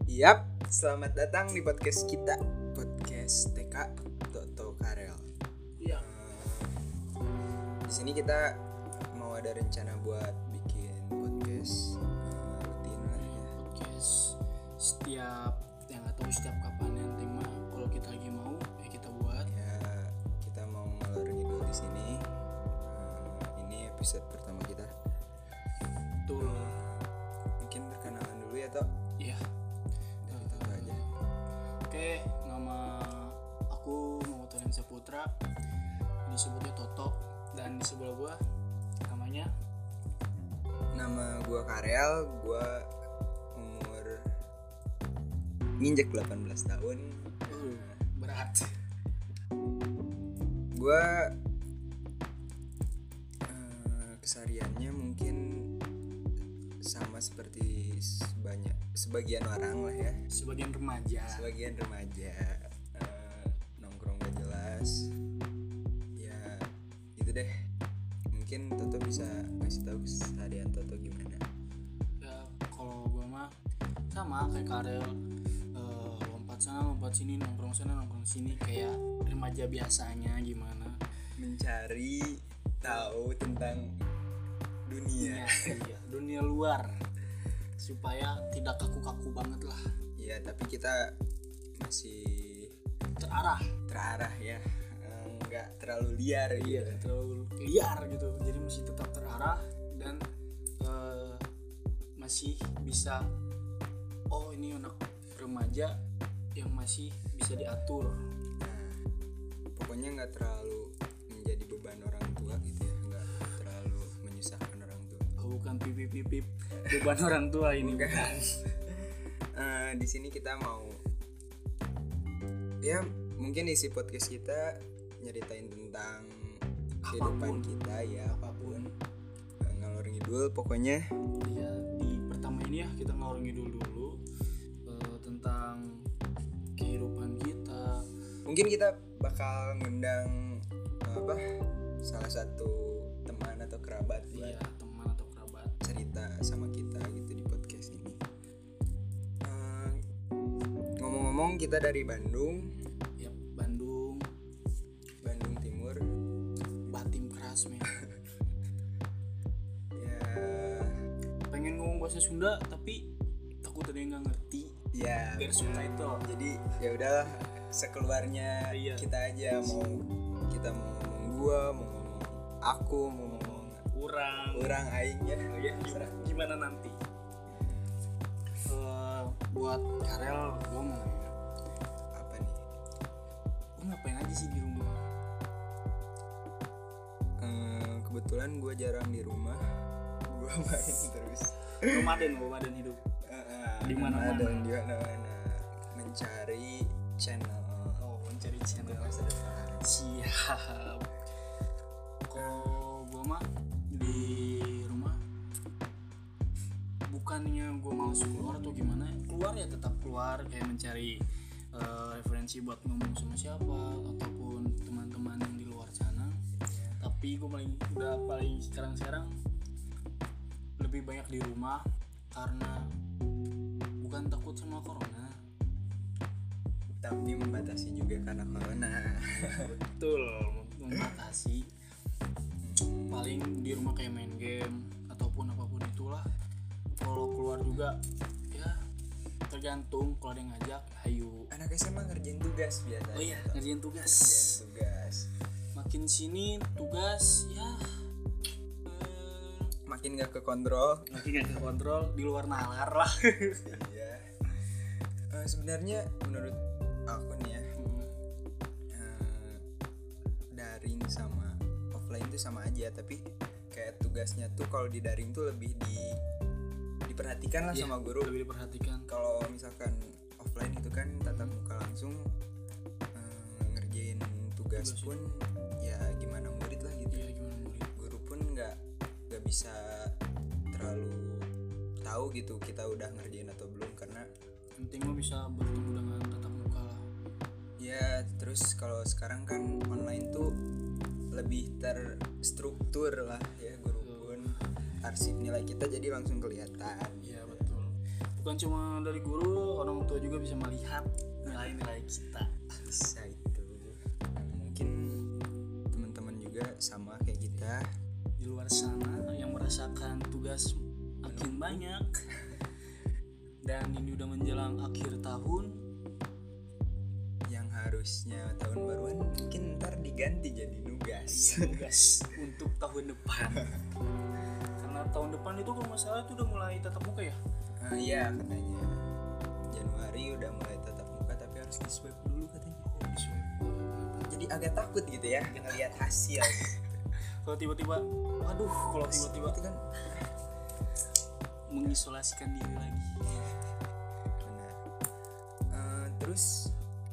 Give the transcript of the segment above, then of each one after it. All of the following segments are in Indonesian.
Yap, selamat datang di podcast kita, podcast TK Toto Karel. Iya. Di sini kita mau ada rencana buat bikin podcast rutin lah ya. Podcast setiap yang nggak tahu setiap kapan nanti mah kalau kita lagi mau ya kita buat. Ya, kita mau ngalor ngidul di sini. Ini episode pertama kita. Betul. Mungkin perkenalan dulu ya, Tok. Iya. Dari Toto aja. Oke, nama aku Muhammad Toren Saputra. Disebutnya Toto, dan di sebelah gua namanya Nama gua Karel, gua umur nginjek 18 tahun. berat. Gue kesehariannya mungkin sama seperti sebagian orang lah ya, Sebagian remaja. nongkrong gak jelas ya, gitu deh. Mungkin Toto bisa ngasih tahu keseharian Toto gimana. Ya kalau gua mah sama kayak Karel, lompat sana lompat sini, nongkrong sana nongkrong sini, kayak remaja biasanya gimana. Mencari tahu tentang dunia. Iya, dunia luar, supaya tidak kaku-kaku banget lah, Ya, tapi kita masih terarah ya, nggak terlalu liar gitu. terlalu liar gitu, jadi masih tetap terarah dan masih bisa, oh ini anak remaja yang masih bisa diatur. Pokoknya nggak terlalu menjadi beban orang tua gitu ya, nggak terlalu menyusahkan orang tua. Bukan pipip beban orang tua ini, bukan. Di sini kita mau, ya mungkin isi podcast kita nyeritain tentang kehidupan kita ya, apapun. Ngalor ngidul pokoknya. Ya, di pertama ini ya kita ngalor ngidul dulu tentang kehidupan kita. Mungkin kita bakal ngundang salah satu teman atau kerabat buat Iya, teman atau kerabat. cerita sama kita gitu di podcast ini. Ngomong-ngomong, kita dari Bandung Ya, Bandung Timur. batim keras men. Ya, Pengen ngomong bahasa Sunda tapi takut ada yang nggak ngerti. ya. Biar subtitle. Jadi ya udahlah, sekeluarnya Iya. kita aja, mau kita mau ngomong gua, mau ngomong aku, mau ngomong orang aingnya. Ya, gimana nanti? Buat Karel, gue mau nanya, Apa nih? lu ngapain aja sih di rumah? Kebetulan gua jarang di rumah. Gua main terus. Ramadan hidup. Di mana-mana. Dan di mana-mana mencari channel Mencari channel masa depan. siap. Kalau gue mah di rumah, bukannya gue males keluar atau gimana, keluar ya tetap keluar, kayak mencari referensi buat ngomong sama siapa ataupun teman-teman yang di luar sana. Tapi gue paling sekarang lebih banyak di rumah karena bukan takut sama corona. Tapi membatasi juga karena corona. Betul, membatasi. Paling di rumah kayak main game ataupun apapun itulah. Kalau keluar juga ya tergantung, kalau ada yang ngajak hayu. Anak SMA ngerjain tugas biasanya. Oh iya, ngerjain tugas. Makin sini tugas ya Makin gak kekontrol. makin gak kekontrol, di luar nalar lah. Iya. Sebenarnya menurut aku nih ya, daring sama offline itu sama aja, tapi kayak tugasnya tuh kalau di daring tuh lebih diperhatikan lah sama guru. Lebih diperhatikan. Kalau misalkan offline itu kan tatap muka langsung, ngerjain tugas pun ya gimana murid lah gitu. Iya, gimana murid. Guru pun nggak bisa terlalu tahu gitu kita udah ngerjain atau belum, karena Penting lo bisa bertemu dengan tatap muka lah. ya. Terus kalau sekarang kan online tuh lebih terstruktur lah ya, guru pun arsip nilai kita jadi langsung kelihatan. Iya betul. bukan cuma dari guru, orang tua juga bisa melihat nilai-nilai kita. Bisa itu. Mungkin teman-teman juga sama kayak kita Di luar sana yang merasakan tugas makin banyak. Dan ini udah menjelang akhir tahun. yang harusnya tahun baruan mungkin ntar diganti jadi nugas. Tugas untuk tahun depan. Karena tahun depan itu kalau nggak salah itu udah mulai tatap muka ya. Iya katanya Januari udah mulai tatap muka tapi harus di swab dulu katanya. Jadi agak takut gitu ya ngelihat hasil. Kalau tiba-tiba, waduh, kalau tiba-tiba itu kan mengisolasikan diri lagi. benar. Terus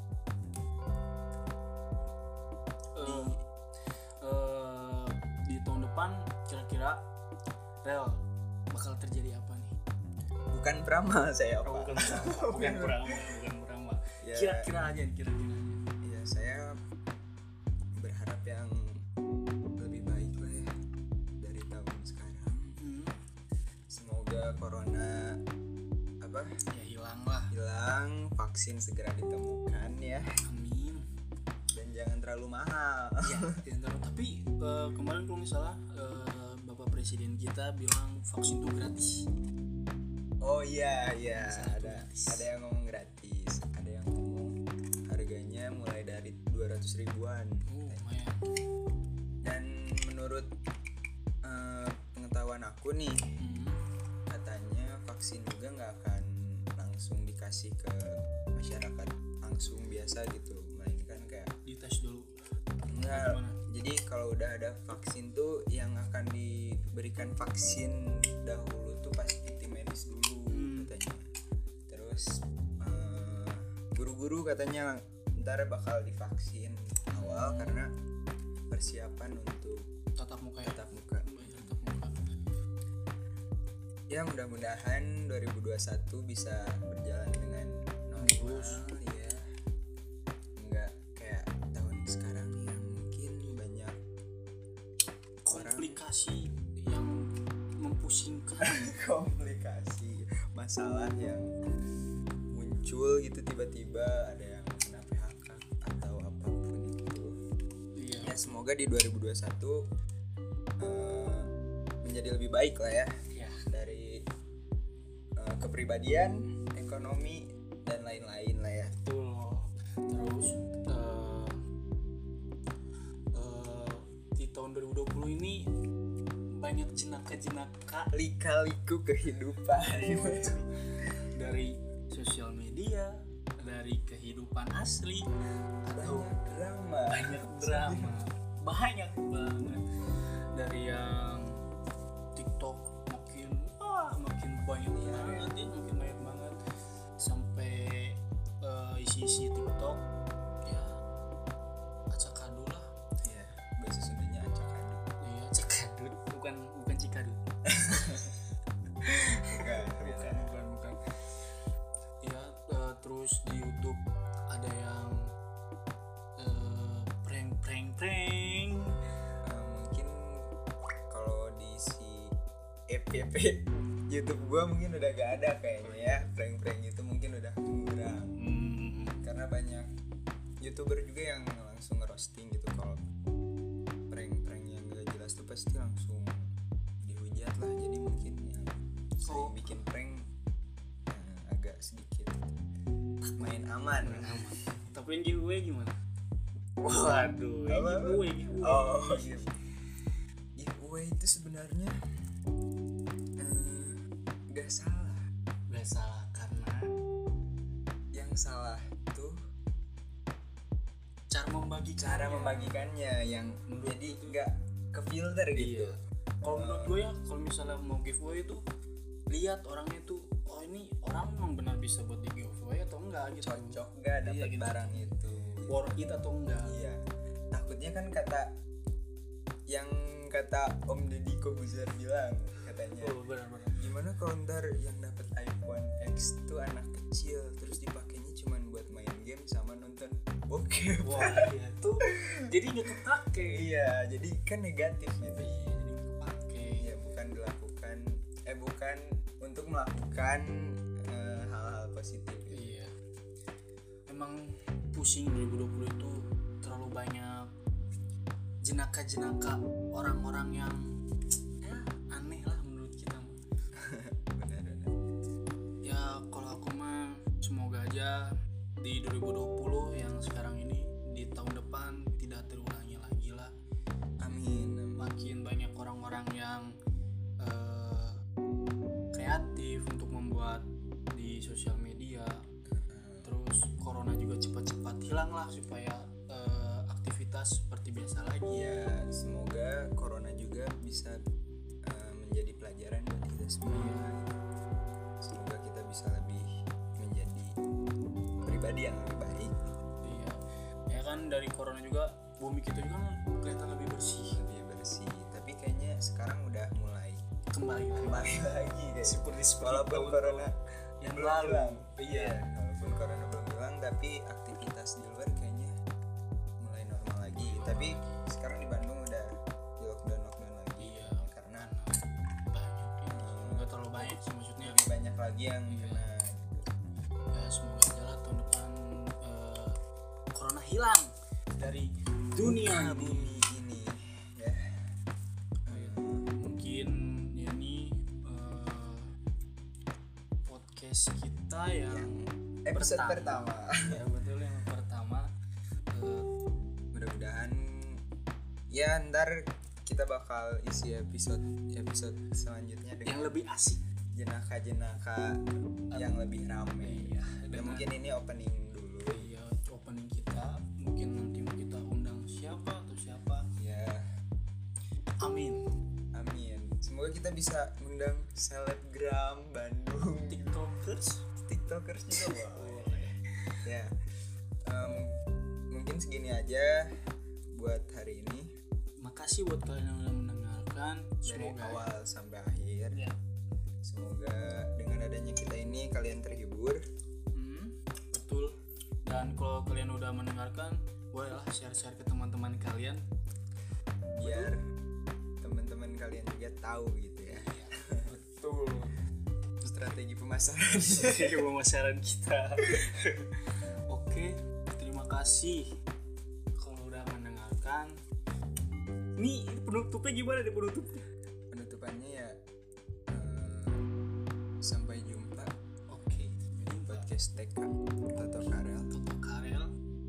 Di tahun depan kira-kira Rel bakal terjadi apa nih? bukan peramal saya Pak. Bukan peramal. Ya. Kira-kira aja. Ya saya berharap yang lebih baik lah ya dari tahun sekarang. Semoga corona Ya hilang lah. hilang, vaksin segera ditemukan ya, Amin. dan jangan terlalu mahal. Ya, tapi kemarin kalau nggak salah Bapak Presiden kita bilang vaksin itu gratis. Oh iya Sangat ada yang ngomong gratis, ada yang ngomong harganya mulai dari 200 ribuan. Lumayan. Dan menurut pengetahuan aku nih, katanya vaksin juga nggak akan langsung dikasih ke masyarakat langsung biasa gitu, melainkan kayak Dites dulu. enggak. Gimana? Jadi kalau udah ada vaksin tuh yang akan diberikan vaksin dahulu tuh pasti tim medis dulu katanya. Terus guru-guru katanya ntar bakal divaksin awal karena persiapan untuk Tatap muka ya. tatap muka. Tatap muka. Ya mudah-mudahan 2021 bisa berjalan dengan normal ya. Enggak kayak tahun sekarang yang mungkin banyak Komplikasi yang mempusingkan. komplikasi, masalah yang muncul gitu tiba-tiba, ada yang kena PHK atau apapun itu. Iya. Ya semoga di 2021 menjadi lebih baik lah ya, Ya. dari kepribadian, ekonomi dan lain-lain lah ya. Betul. Terus di tahun 2020 ini banyak jenaka-jenaka Lika-liku kehidupan. dari sosial media, dari kehidupan asli, atau Banyak drama. banyak banget dari yang TikTok makin banyak banget ya, makin banyak banget sampai isi-isi TikTok ya acak-adu lah. Ya, bahasa Sundanya acak-adu. Iya, acak-adu, bukan cikadu. bukan. Ya, terus di YouTube ada yang prank. Mungkin kalau di si FYP YouTube gua mungkin udah gak ada kayaknya ya, prank-prank itu mungkin udah kurang. Karena banyak YouTuber juga yang langsung ngerosting gitu. Kalau prank-prank yang gak jelas tuh pasti langsung dihujat lah. Jadi mungkin yang sering bikin prank agak sedikit main aman. Tapi yang giveaway gimana? Waduh, giveaway. Oh, giveaway itu sebenarnya gak salah. Gak salah karena Yang salah tuh cara membagikannya yang jadi nggak ke filter gitu. Iya. Kalau menurut gue ya, kalau misalnya mau giveaway itu lihat orangnya tuh, oh ini orang memang benar bisa buat di giveaway atau enggak gitu. Cocok gak dapet Iya, gitu. barang itu. Worth it atau enggak? Iya. Takutnya kan kata Om Deddy Kobuzer bilang katanya. Oh benar-benar. Gimana kalau ntar yang dapat iPhone X tuh anak kecil terus dipakainya cuman buat main game sama nonton bokep. Wah iya tuh. Jadi nggak kepake. Iya, jadi kan negatif gitu. Jadi nggak kepake. Ya bukan untuk melakukan positif gitu. Iya. Emang pusing 2020 itu terlalu banyak jenaka-jenaka orang-orang yang ya aneh lah menurut kita. Benar. Ya kalau aku mah semoga aja di 2020 yang sekarang ini di tahun depan tidak terulangi lagi lah. Amin. Makin banyak orang-orang yang kreatif untuk membuat di sosial media. Terus corona juga cepat-cepat hilang lah supaya aktivitas seperti biasa lagi. Ya semoga corona juga bisa menjadi pelajaran buat kita semua. Semoga kita bisa lebih menjadi pribadi yang lebih baik. Iya. Ya kan dari corona juga bumi kita juga kelihatan lebih bersih. Tapi kayaknya sekarang udah mulai Kembali lagi kayak seperti walaupun corona yang belum lalu. hilang. Iya. Walaupun corona belum hilang tapi aktivitas di luar kayaknya mulai normal lagi. Tapi sekarang di Bandung udah di lockdown lagi. Iya. Karena Banyak ya. Nggak terlalu banyak sih maksudnya. lebih banyak lagi yang kena. Ya semoga aja lah tahun depan corona hilang dari dunia ini. Bumi ini ya. Mungkin ini podcast kita yang Episode pertama. Ya betul, yang pertama. Mudah-mudahan ya ntar kita bakal isi episode selanjutnya Yang dengan lebih asik. jenaka-jenaka yang lebih rame. Iya, Dan dengan- mungkin ini opening dulu. Iya, opening kita. Mungkin nanti kita undang siapa atau siapa. Ya, Amin. amin. Semoga kita bisa undang selebgram Bandung, TikTokers. juga boleh. Ya, mungkin segini aja buat hari ini. Makasih buat kalian yang udah mendengarkan. Dari Semoga awal sampai akhir. ya. Semoga dengan adanya kita ini kalian terhibur. Betul. Dan kalau kalian udah mendengarkan, bolehlah share-share ke teman-teman kalian. Biar teman-teman kalian juga tahu gitu ya. Betul. Strategi pemasaran. Pemasaran kita. Oke, terima kasih kalau udah mendengarkan. Nih penutupnya gimana nih penutupnya? Penutupannya ya sampai jumpa. Oke, Podcast TK Toto Karel. Toto Karel.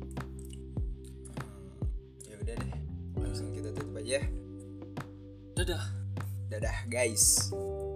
Ya udah deh, langsung kita tutup aja. Dadah. Dadah guys.